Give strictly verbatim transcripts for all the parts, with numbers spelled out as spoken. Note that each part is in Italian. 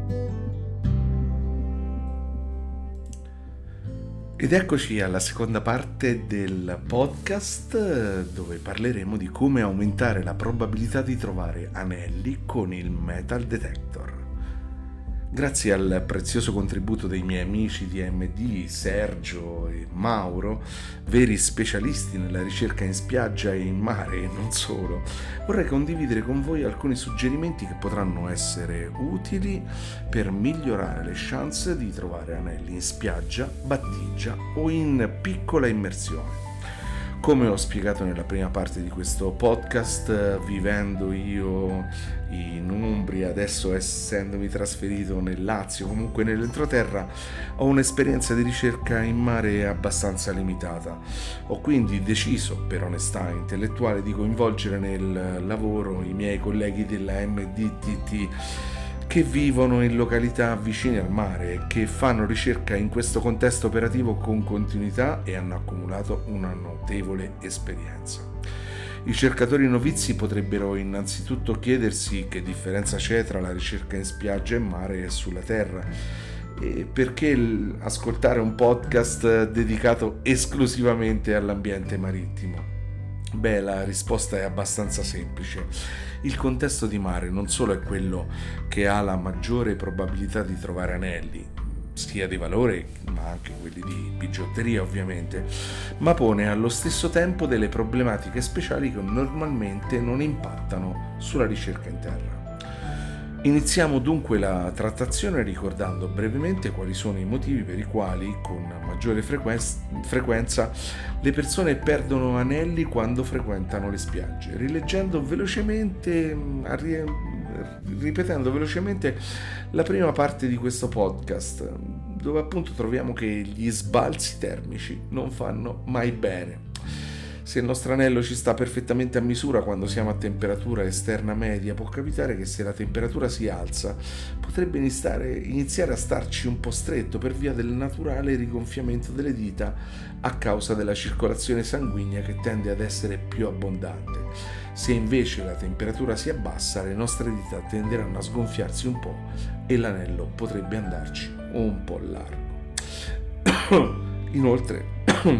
Ed eccoci alla seconda parte del podcast dove parleremo di come aumentare la probabilità di trovare anelli con il metal detector. Grazie al prezioso contributo dei miei amici di A M D, Sergio e Mauro, veri specialisti nella ricerca in spiaggia e in mare e non solo, vorrei condividere con voi alcuni suggerimenti che potranno essere utili per migliorare le chance di trovare anelli in spiaggia, battigia o in piccola immersione. Come ho spiegato nella prima parte di questo podcast, vivendo io in Umbria, adesso essendomi trasferito nel Lazio, comunque nell'entroterra, ho un'esperienza di ricerca in mare abbastanza limitata. Ho quindi deciso, per onestà intellettuale, di coinvolgere nel lavoro i miei colleghi della M D T T che vivono in località vicine al mare e che fanno ricerca in questo contesto operativo con continuità e hanno accumulato una notevole esperienza. I ricercatori novizi potrebbero innanzitutto chiedersi che differenza c'è tra la ricerca in spiaggia e mare e sulla terra, e perché ascoltare un podcast dedicato esclusivamente all'ambiente marittimo. Beh, la risposta è abbastanza semplice. Il contesto di mare non solo è quello che ha la maggiore probabilità di trovare anelli, sia di valore ma anche quelli di bigiotteria ovviamente, ma pone allo stesso tempo delle problematiche speciali che normalmente non impattano sulla ricerca in terra. Iniziamo dunque la trattazione ricordando brevemente quali sono i motivi per i quali, con maggiore frequenza, le persone perdono anelli quando frequentano le spiagge, rileggendo velocemente, ripetendo velocemente la prima parte di questo podcast, dove appunto troviamo che gli sbalzi termici non fanno mai bene. Se il nostro anello ci sta perfettamente a misura quando siamo a temperatura esterna media, può capitare che se la temperatura si alza potrebbe iniziare a starci un po' stretto per via del naturale rigonfiamento delle dita a causa della circolazione sanguigna che tende ad essere più abbondante. Se invece la temperatura si abbassa, le nostre dita tenderanno a sgonfiarsi un po' e l'anello potrebbe andarci un po' largo. Inoltre,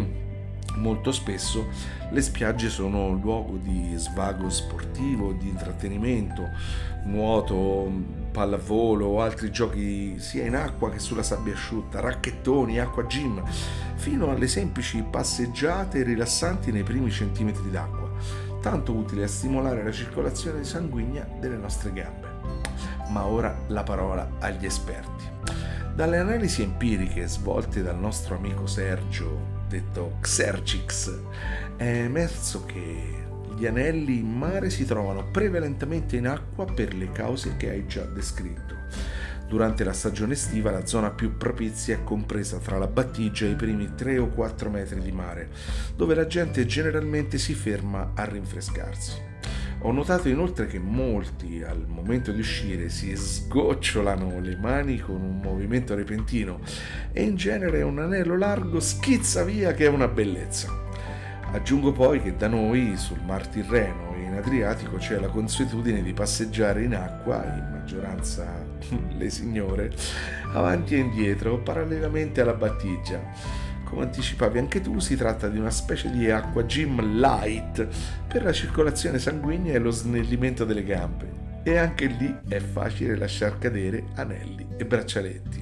molto spesso le spiagge sono luogo di svago sportivo, di intrattenimento, nuoto, pallavolo o altri giochi sia in acqua che sulla sabbia asciutta, racchettoni, acqua gym, fino alle semplici passeggiate rilassanti nei primi centimetri d'acqua, tanto utili a stimolare la circolazione sanguigna delle nostre gambe. Ma ora la parola agli esperti. Dalle analisi empiriche svolte dal nostro amico Sergio, detto Xercix, è emerso che gli anelli in mare si trovano prevalentemente in acqua per le cause che hai già descritto. Durante la stagione estiva la zona più propizia è compresa tra la battigia e i primi tre o quattro metri di mare, dove la gente generalmente si ferma a rinfrescarsi. Ho notato inoltre che molti al momento di uscire si sgocciolano le mani con un movimento repentino e in genere un anello largo schizza via, che è una bellezza. Aggiungo poi che da noi sul Mar Tirreno e in Adriatico c'è la consuetudine di passeggiare in acqua, in maggioranza le signore, avanti e indietro parallelamente alla battigia. Come anticipavi anche tu, si tratta di una specie di acqua gym light per la circolazione sanguigna e lo snellimento delle gambe, e anche lì è facile lasciar cadere anelli e braccialetti.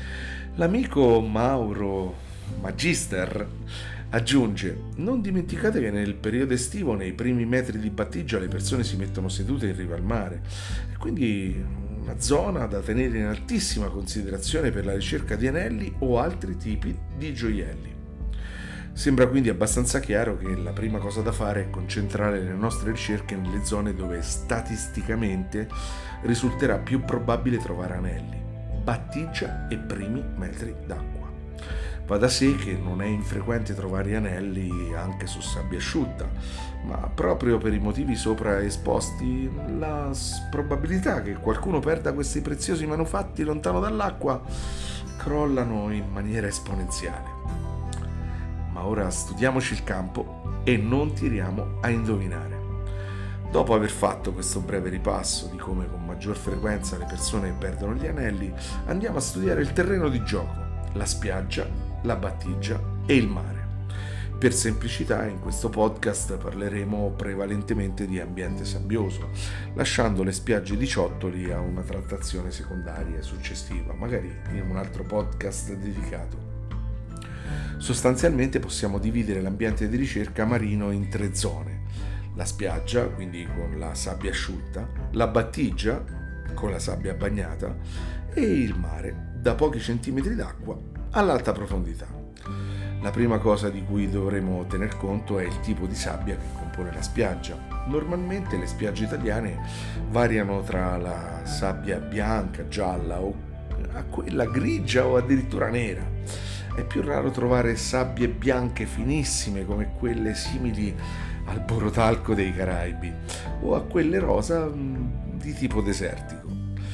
L'amico Mauro Magister aggiunge: non dimenticate che nel periodo estivo, nei primi metri di battigia, le persone si mettono sedute in riva al mare, e quindi una zona da tenere in altissima considerazione per la ricerca di anelli o altri tipi di gioielli. Sembra quindi abbastanza chiaro che la prima cosa da fare è concentrare le nostre ricerche nelle zone dove statisticamente risulterà più probabile trovare anelli, battigia e primi metri d'acqua. Va da sé che non è infrequente trovare anelli anche su sabbia asciutta, ma proprio per i motivi sopra esposti, la probabilità che qualcuno perda questi preziosi manufatti lontano dall'acqua crollano in maniera esponenziale. Ma ora studiamoci il campo e non tiriamo a indovinare. Dopo aver fatto questo breve ripasso di come con maggior frequenza le persone perdono gli anelli, andiamo a studiare il terreno di gioco, la spiaggia, la battigia e il mare. Per semplicità, in questo podcast parleremo prevalentemente di ambiente sabbioso, lasciando le spiagge di ciottoli a una trattazione secondaria e successiva, magari in un altro podcast dedicato. Sostanzialmente possiamo dividere l'ambiente di ricerca marino in tre zone: la spiaggia, quindi con la sabbia asciutta, la battigia, con la sabbia bagnata, e il mare, da pochi centimetri d'acqua all'alta profondità. La prima cosa di cui dovremo tener conto è il tipo di sabbia che compone la spiaggia. Normalmente le spiagge italiane variano tra la sabbia bianca, gialla o a quella grigia o addirittura nera. È più raro trovare sabbie bianche finissime come quelle simili al borotalco dei Caraibi o a quelle rosa di tipo desertico.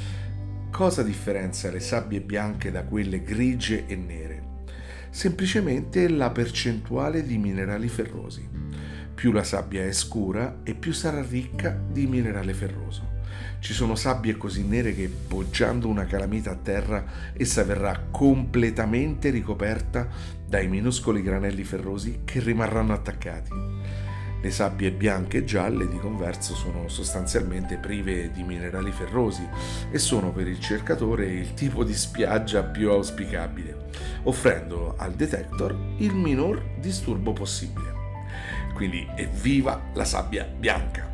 Cosa differenzia le sabbie bianche da quelle grigie e nere? Semplicemente la percentuale di minerali ferrosi. Più la sabbia è scura e più sarà ricca di minerale ferroso. Ci sono sabbie così nere che, poggiando una calamita a terra, essa verrà completamente ricoperta dai minuscoli granelli ferrosi che rimarranno attaccati. Le sabbie bianche e gialle, di converso, sono sostanzialmente prive di minerali ferrosi e sono per il cercatore il tipo di spiaggia più auspicabile, offrendo al detector il minor disturbo possibile. Quindi evviva la sabbia bianca!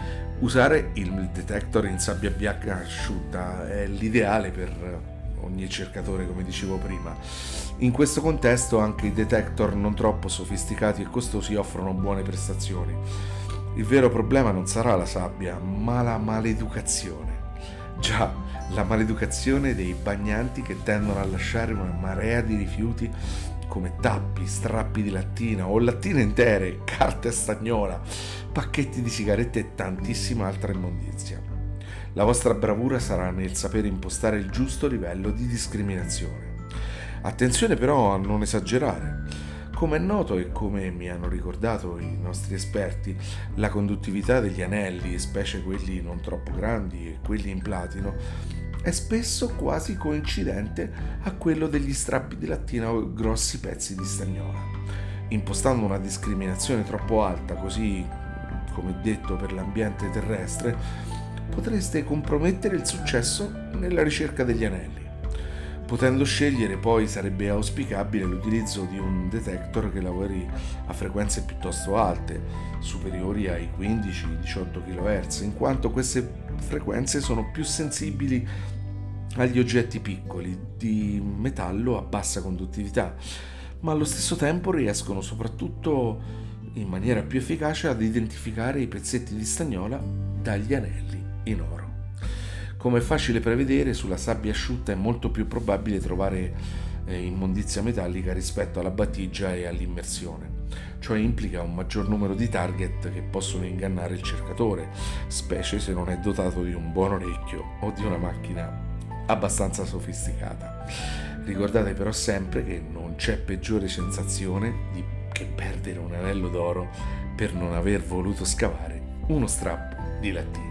Usare il detector in sabbia bianca asciutta è l'ideale per ogni cercatore, come dicevo prima. In questo contesto anche i detector non troppo sofisticati e costosi offrono buone prestazioni. Il vero problema non sarà la sabbia, ma la maleducazione. Già, la maleducazione dei bagnanti che tendono a lasciare una marea di rifiuti come tappi, strappi di lattina o lattine intere, carta stagnola, pacchetti di sigarette e tantissima altra immondizia. La vostra bravura sarà nel sapere impostare il giusto livello di discriminazione. Attenzione però a non esagerare. Come è noto e come mi hanno ricordato i nostri esperti, la conduttività degli anelli, specie quelli non troppo grandi e quelli in platino, è spesso quasi coincidente a quello degli strappi di lattina o grossi pezzi di stagnola. Impostando una discriminazione troppo alta, così come detto per l'ambiente terrestre, potreste compromettere il successo nella ricerca degli anelli. Potendo scegliere, poi sarebbe auspicabile l'utilizzo di un detector che lavori a frequenze piuttosto alte, superiori ai quindici diciotto chilohertz, in quanto queste frequenze sono più sensibili agli oggetti piccoli di metallo a bassa conduttività, ma allo stesso tempo riescono soprattutto in maniera più efficace ad identificare i pezzetti di stagnola dagli anelli in oro. Come è facile prevedere, sulla sabbia asciutta è molto più probabile trovare eh, immondizia metallica rispetto alla battigia e all'immersione. Ciò implica un maggior numero di target che possono ingannare il cercatore, specie se non è dotato di un buon orecchio o di una macchina abbastanza sofisticata. Ricordate però sempre che non c'è peggiore sensazione di, che perdere un anello d'oro per non aver voluto scavare uno strappo di lattina.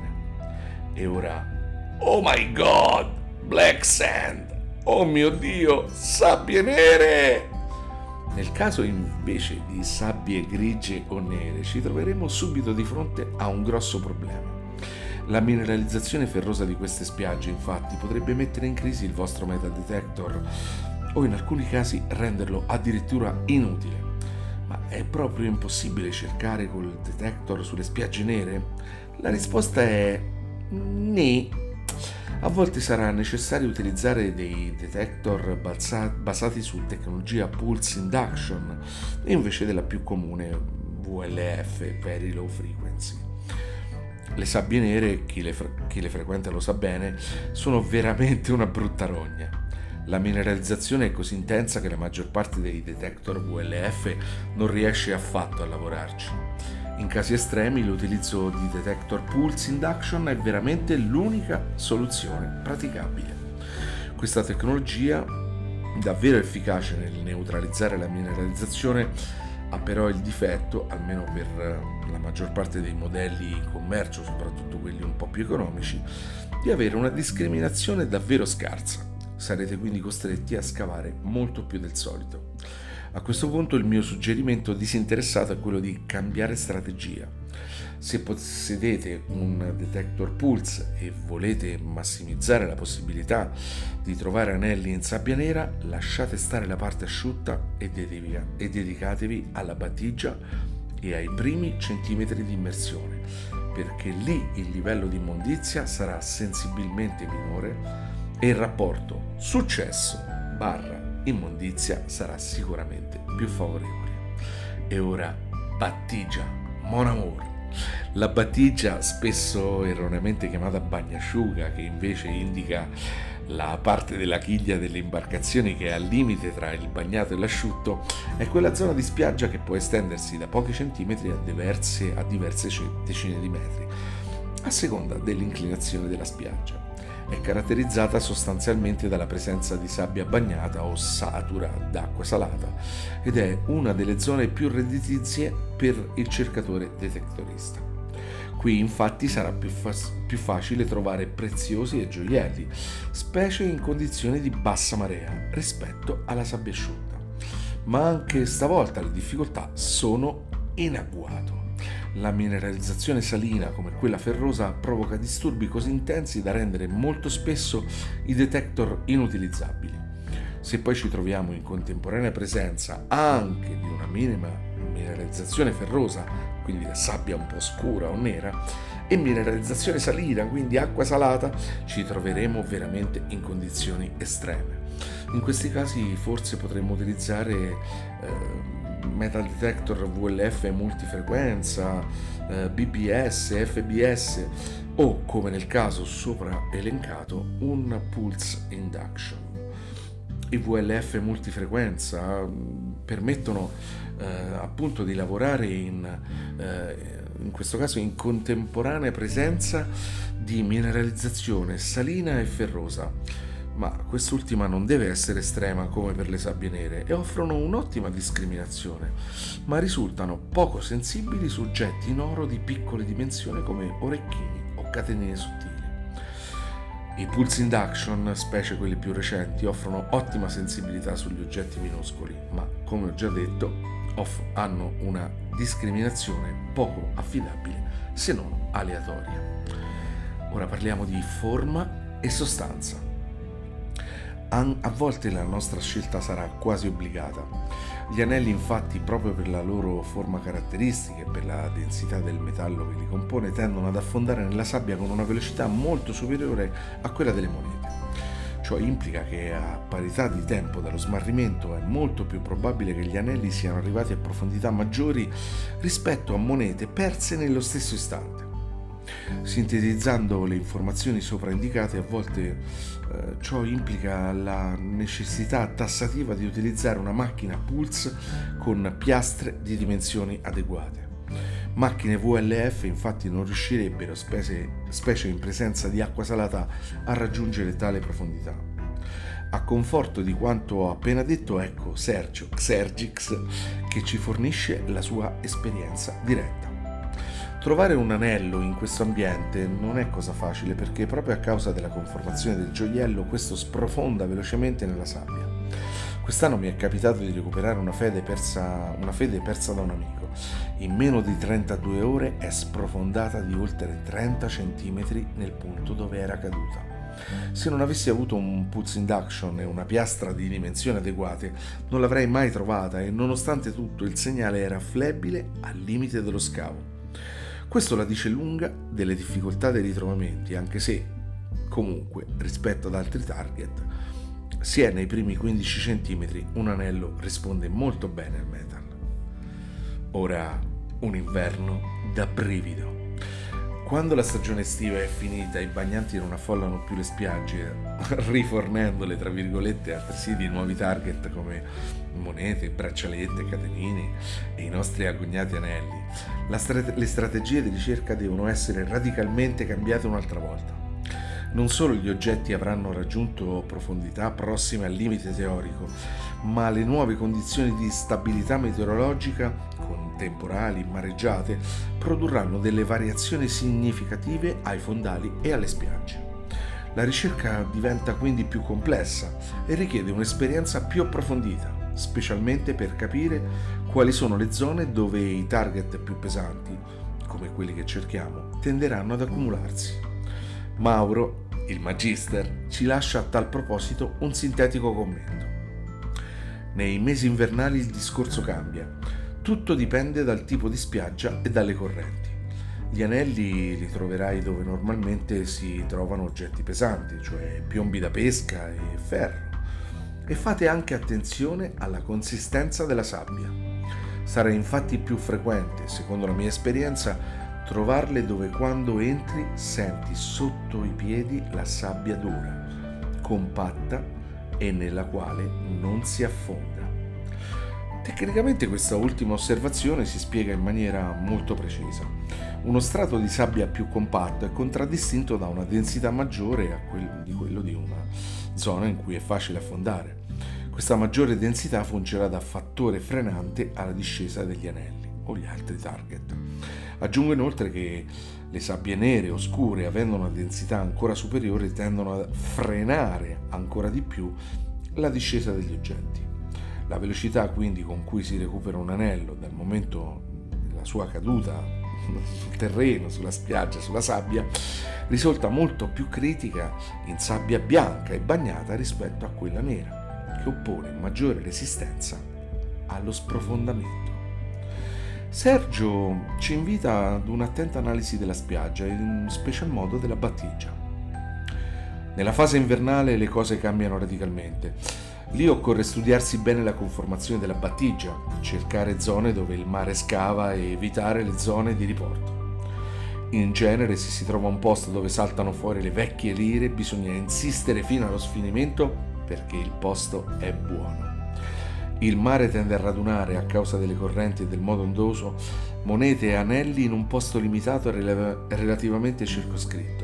E ora, oh my god, black sand, oh mio dio, sabbie nere! Nel caso invece di sabbie grigie o nere, ci troveremo subito di fronte a un grosso problema. La mineralizzazione ferrosa di queste spiagge, infatti, potrebbe mettere in crisi il vostro metadetector o in alcuni casi renderlo addirittura inutile. Ma è proprio impossibile cercare col detector sulle spiagge nere? La risposta è Nì. A volte sarà necessario utilizzare dei detector basati su tecnologia Pulse Induction invece della più comune V L F, Very Low Frequency. Le sabbie nere, chi le, fre- chi le frequenta lo sa bene, sono veramente una brutta rogna. La mineralizzazione è così intensa che la maggior parte dei detector V L F non riesce affatto a lavorarci. In casi estremi l'utilizzo di detector Pulse Induction è veramente l'unica soluzione praticabile. Questa tecnologia, davvero efficace nel neutralizzare la mineralizzazione, Ha però il difetto, almeno per la maggior parte dei modelli in commercio, soprattutto quelli un po' più economici, di avere una discriminazione davvero scarsa. Sarete quindi costretti a scavare molto più del solito. A questo punto il mio suggerimento disinteressato è quello di cambiare strategia. Se possedete un detector pulse e volete massimizzare la possibilità di trovare anelli in sabbia nera, lasciate stare la parte asciutta e, dedica- e dedicatevi alla battigia e ai primi centimetri di immersione, perché lì il livello di immondizia sarà sensibilmente minore e il rapporto successo barra immondizia sarà sicuramente più favorevole. E ora battigia, mon amour. La battigia, spesso erroneamente chiamata bagnasciuga, che invece indica la parte della chiglia delle imbarcazioni che è al limite tra il bagnato e l'asciutto, è quella zona di spiaggia che può estendersi da pochi centimetri a diverse, a diverse decine di metri, a seconda dell'inclinazione della spiaggia. È caratterizzata sostanzialmente dalla presenza di sabbia bagnata o satura d'acqua salata ed è una delle zone più redditizie per il cercatore detectorista. Qui infatti sarà più, fa- più facile trovare preziosi e gioielli, specie in condizioni di bassa marea rispetto alla sabbia asciutta. Ma anche stavolta le difficoltà sono in agguato. La mineralizzazione salina, come quella ferrosa, provoca disturbi così intensi da rendere molto spesso i detector inutilizzabili. Se poi ci troviamo in contemporanea presenza anche di una minima mineralizzazione ferrosa, quindi la sabbia un po' scura o nera, e mineralizzazione salina, quindi acqua salata, ci troveremo veramente in condizioni estreme. In questi casi forse potremmo utilizzare eh, metal detector V L F multifrequenza, eh, B B S, F B S o, come nel caso sopra elencato, un pulse induction. I V L F multifrequenza mh, permettono eh, appunto di lavorare in, eh, in questo caso in contemporanea presenza di mineralizzazione salina e ferrosa, ma quest'ultima non deve essere estrema come per le sabbie nere e offrono un'ottima discriminazione, ma risultano poco sensibili su oggetti in oro di piccole dimensioni come orecchini o catenine sottili. I pulse induction, specie quelli più recenti, offrono ottima sensibilità sugli oggetti minuscoli, ma come ho già detto off- hanno una discriminazione poco affidabile se non aleatoria. Ora parliamo di forma e sostanza. A volte la nostra scelta sarà quasi obbligata. Gli anelli infatti, proprio per la loro forma caratteristica e per la densità del metallo che li compone, tendono ad affondare nella sabbia con una velocità molto superiore a quella delle monete. Ciò implica che a parità di tempo dallo smarrimento è molto più probabile che gli anelli siano arrivati a profondità maggiori rispetto a monete perse nello stesso istante. Sintetizzando le informazioni sopra indicate, a volte eh, ciò implica la necessità tassativa di utilizzare una macchina pulse con piastre di dimensioni adeguate. Macchine V L F infatti non riuscirebbero, specie, specie in presenza di acqua salata, a raggiungere tale profondità. A conforto di quanto ho appena detto, ecco Sergio Xergix che ci fornisce la sua esperienza diretta. Trovare un anello in questo ambiente non è cosa facile perché proprio a causa della conformazione del gioiello questo sprofonda velocemente nella sabbia. Quest'anno mi è capitato di recuperare una fede persa, una fede persa da un amico. In meno di trentadue ore è sprofondata di oltre trenta centimetri nel punto dove era caduta. Se non avessi avuto un pulse induction e una piastra di dimensioni adeguate, non l'avrei mai trovata e nonostante tutto il segnale era flebile al limite dello scavo. Questo la dice lunga delle difficoltà dei ritrovamenti, anche se, comunque, rispetto ad altri target, se è nei primi quindici centimetri, un anello risponde molto bene al metal. Ora, un inverno da brivido. Quando la stagione estiva è finita e i bagnanti non affollano più le spiagge, rifornendole tra virgolette altresì di nuovi target come monete, braccialette, catenine e i nostri agognati anelli, la strate- le strategie di ricerca devono essere radicalmente cambiate un'altra volta. Non solo gli oggetti avranno raggiunto profondità prossime al limite teorico, ma le nuove condizioni di stabilità meteorologica, con temporali, mareggiate, produrranno delle variazioni significative ai fondali e alle spiagge. La ricerca diventa quindi più complessa e richiede un'esperienza più approfondita, specialmente per capire quali sono le zone dove i target più pesanti, come quelli che cerchiamo, tenderanno ad accumularsi. Mauro, il Magister, ci lascia a tal proposito un sintetico commento. Nei mesi invernali il discorso cambia. Tutto dipende dal tipo di spiaggia e dalle correnti. Gli anelli li troverai dove normalmente si trovano oggetti pesanti, cioè piombi da pesca e ferro. E fate anche attenzione alla consistenza della sabbia. Sarà infatti più frequente, secondo la mia esperienza, trovarle dove quando entri senti sotto i piedi la sabbia dura, compatta e nella quale non si affonda. Tecnicamente questa ultima osservazione si spiega in maniera molto precisa. Uno strato di sabbia più compatto è contraddistinto da una densità maggiore a quel, di quello di una zona in cui è facile affondare. Questa maggiore densità fungerà da fattore frenante alla discesa degli anelli o gli altri target. Aggiungo inoltre che le sabbie nere o scure, avendo una densità ancora superiore, tendono a frenare ancora di più la discesa degli oggetti. La velocità quindi con cui si recupera un anello dal momento della sua caduta sul terreno, sulla spiaggia, sulla sabbia, risulta molto più critica in sabbia bianca e bagnata rispetto a quella nera, che oppone maggiore resistenza allo sprofondamento. Sergio ci invita ad un'attenta analisi della spiaggia e in special modo della battigia. Nella fase invernale le cose cambiano radicalmente. Lì occorre studiarsi bene la conformazione della battigia, cercare zone dove il mare scava e evitare le zone di riporto. In genere, se si trova un posto dove saltano fuori le vecchie lire, bisogna insistere fino allo sfinimento perché il posto è buono. Il mare tende a radunare, a causa delle correnti e del modo ondoso, monete e anelli in un posto limitato e rel- relativamente circoscritto.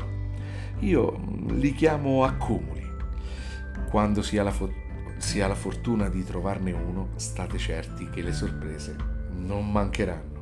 Io li chiamo accumuli. Quando si ha la fo- si ha la fortuna di trovarne uno, state certi che le sorprese non mancheranno.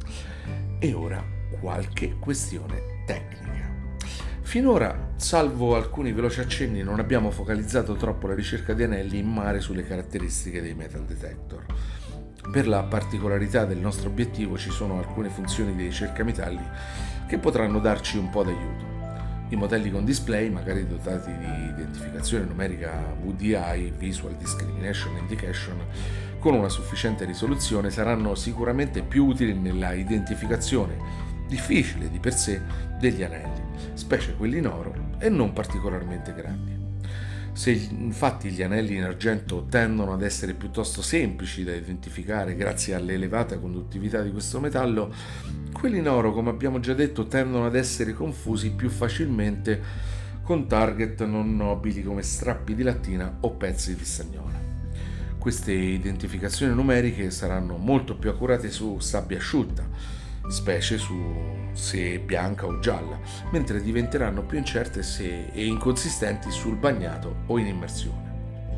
E ora qualche questione tecnica. Finora, salvo alcuni veloci accenni, non abbiamo focalizzato troppo la ricerca di anelli in mare sulle caratteristiche dei metal detector. Per la particolarità del nostro obiettivo ci sono alcune funzioni dei cercametalli che potranno darci un po' d'aiuto. I modelli con display, magari dotati di identificazione numerica V D I, Visual Discrimination Indication, con una sufficiente risoluzione, saranno sicuramente più utili nella identificazione, difficile di per sé, degli anelli, specie quelli in oro e non particolarmente grandi. Se infatti gli anelli in argento tendono ad essere piuttosto semplici da identificare grazie all'elevata conduttività di questo metallo, quelli in oro, come abbiamo già detto, tendono ad essere confusi più facilmente con target non nobili come strappi di lattina o pezzi di stagnola. Queste identificazioni numeriche saranno molto più accurate su sabbia asciutta, specie su se bianca o gialla, mentre diventeranno più incerte se e inconsistenti sul bagnato o in immersione.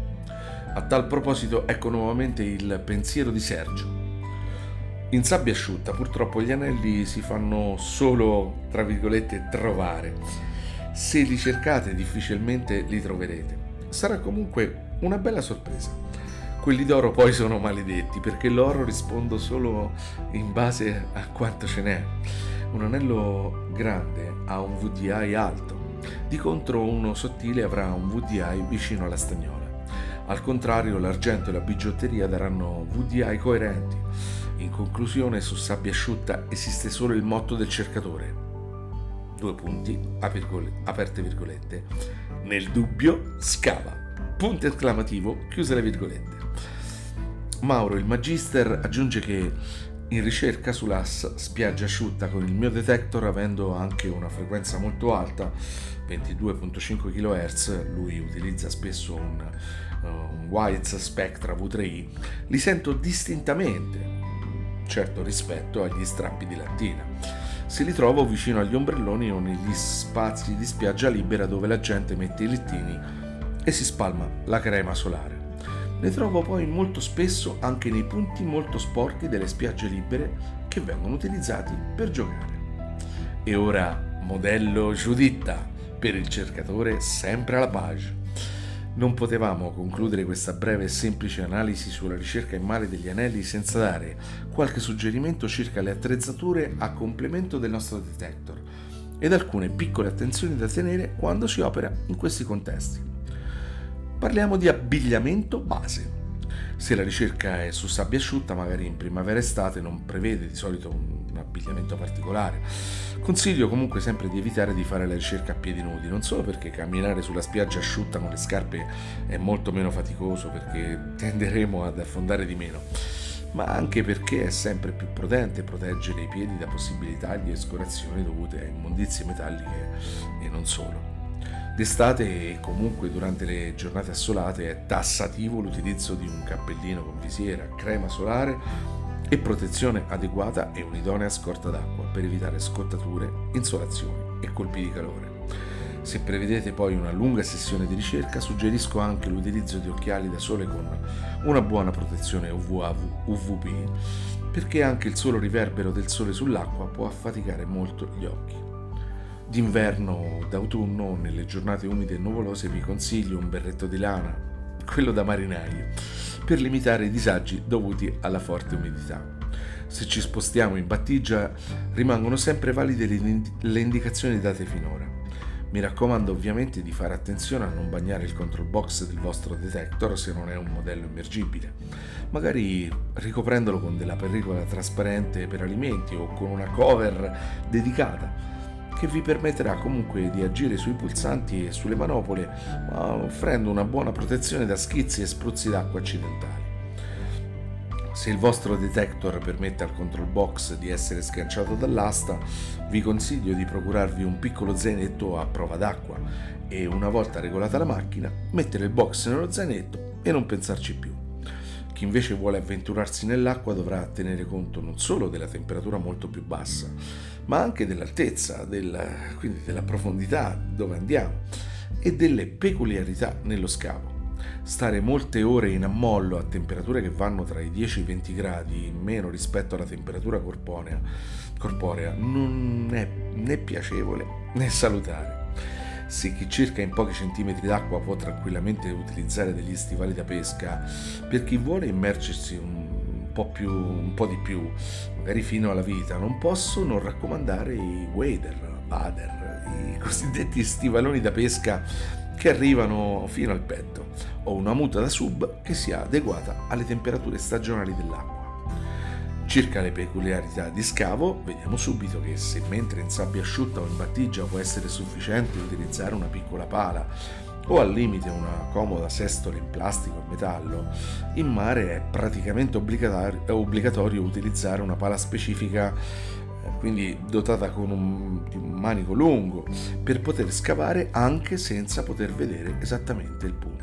A tal proposito ecco nuovamente il pensiero di Sergio. In sabbia asciutta purtroppo gli anelli si fanno solo, tra virgolette, trovare. Se li cercate difficilmente li troverete. Sarà comunque una bella sorpresa. Quelli d'oro poi sono maledetti perché l'oro rispondo solo in base a quanto ce n'è. Un anello grande ha un V D I alto, di contro uno sottile avrà un V D I vicino alla stagnola. Al contrario, l'argento e la bigiotteria daranno V D I coerenti. In conclusione, su sabbia asciutta esiste solo il motto del cercatore. Due punti, aperte virgolette. Nel dubbio, scava. Punto esclamativo, chiuse le virgolette. Mauro, il Magister, aggiunge che in ricerca sulla spiaggia asciutta con il mio detector, avendo anche una frequenza molto alta, ventidue virgola cinque chilohertz, lui utilizza spesso un, uh, un White's Spectra V tre i, li sento distintamente, certo rispetto agli strappi di lattina. se li trovo vicino agli ombrelloni o negli spazi di spiaggia libera dove la gente mette i lettini e si spalma la crema solare. Ne trovo poi molto spesso anche nei punti molto sporchi delle spiagge libere che vengono utilizzati per giocare. E ora, modello Giuditta, per il cercatore sempre alla page. Non potevamo concludere questa breve e semplice analisi sulla ricerca in mare degli anelli senza dare qualche suggerimento circa le attrezzature a complemento del nostro detector ed alcune piccole attenzioni da tenere quando si opera in questi contesti. Parliamo di abbigliamento base. Se la ricerca è su sabbia asciutta, magari in primavera-estate non prevede di solito un abbigliamento particolare. Consiglio comunque sempre di evitare di fare la ricerca a piedi nudi, non solo perché camminare sulla spiaggia asciutta con le scarpe è molto meno faticoso, perché tenderemo ad affondare di meno, ma anche perché è sempre più prudente proteggere i piedi da possibili tagli e scorazioni dovute a immondizie metalliche e non solo. D'estate e comunque durante le giornate assolate è tassativo l'utilizzo di un cappellino con visiera, crema solare e protezione adeguata e un'idonea scorta d'acqua per evitare scottature, insolazioni e colpi di calore. Se prevedete poi una lunga sessione di ricerca, suggerisco anche l'utilizzo di occhiali da sole con una buona protezione U V A U V B, perché anche il solo riverbero del sole sull'acqua può affaticare molto gli occhi. D'inverno o d'autunno, nelle giornate umide e nuvolose, vi consiglio un berretto di lana, quello da marinaio, per limitare i disagi dovuti alla forte umidità. Se ci spostiamo in battigia, rimangono sempre valide le indicazioni date finora. Mi raccomando ovviamente di fare attenzione a non bagnare il control box del vostro detector se non è un modello immergibile, magari ricoprendolo con della pellicola trasparente per alimenti o con una cover dedicata, che vi permetterà comunque di agire sui pulsanti e sulle manopole, ma offrendo una buona protezione da schizzi e spruzzi d'acqua accidentali. Se il vostro detector permette al control box di essere sganciato dall'asta, vi consiglio di procurarvi un piccolo zainetto a prova d'acqua e, una volta regolata la macchina, mettere il box nello zainetto e non pensarci più. Chi invece vuole avventurarsi nell'acqua dovrà tenere conto non solo della temperatura molto più bassa, ma anche dell'altezza, del, quindi della profondità dove andiamo e delle peculiarità nello scavo. Stare molte ore in ammollo a temperature che vanno tra i dieci e i venti gradi in meno rispetto alla temperatura corporea, corporea non è né piacevole né salutare. Se chi cerca in pochi centimetri d'acqua può tranquillamente utilizzare degli stivali da pesca, per chi vuole immergersi un po' più, un po' di più, magari fino alla vita, non posso non raccomandare i wader, wader, i cosiddetti stivaloni da pesca che arrivano fino al petto, o una muta da sub che sia adeguata alle temperature stagionali dell'acqua. Circa le peculiarità di scavo, vediamo subito che se mentre in sabbia asciutta o in battigia può essere sufficiente utilizzare una piccola pala o al limite una comoda sestola in plastico o metallo, in mare è praticamente obbligatorio utilizzare una pala specifica, quindi dotata con un, un manico lungo, per poter scavare anche senza poter vedere esattamente il punto.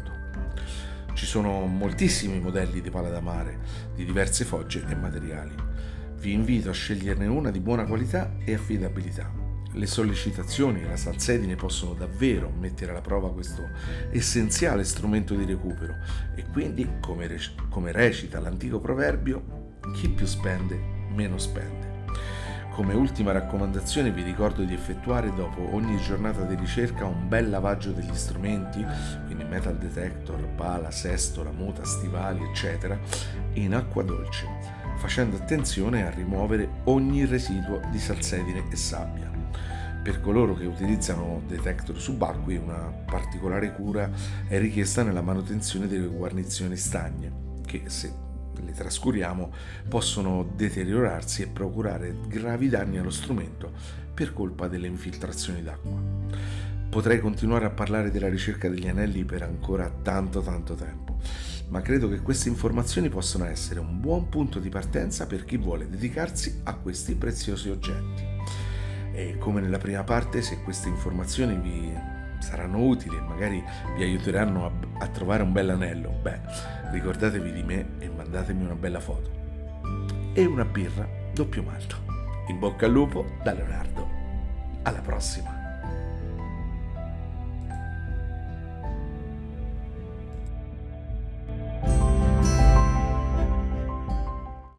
Ci sono moltissimi modelli di pala da mare, di diverse fogge e materiali. Vi invito a sceglierne una di buona qualità e affidabilità. Le sollecitazioni e la salsedine possono davvero mettere alla prova questo essenziale strumento di recupero e quindi, come, rec- come recita l'antico proverbio, chi più spende, meno spende. Come ultima raccomandazione vi ricordo di effettuare dopo ogni giornata di ricerca un bel lavaggio degli strumenti, quindi metal detector, pala, sestola, muta, stivali, eccetera, in acqua dolce, facendo attenzione a rimuovere ogni residuo di salsedine e sabbia. Per coloro che utilizzano detector subacquei, una particolare cura è richiesta nella manutenzione delle guarnizioni stagne, che se le trascuriamo possono deteriorarsi e procurare gravi danni allo strumento per colpa delle infiltrazioni d'acqua. Potrei continuare a parlare della ricerca degli anelli per ancora tanto tanto tempo, ma credo che queste informazioni possano essere un buon punto di partenza per chi vuole dedicarsi a questi preziosi oggetti. E come nella prima parte, se queste informazioni vi saranno utili e magari vi aiuteranno a, a trovare un bel anello, beh, ricordatevi di me e mandatemi una bella foto. E una birra doppio malto. In bocca al lupo da Leonardo. Alla prossima.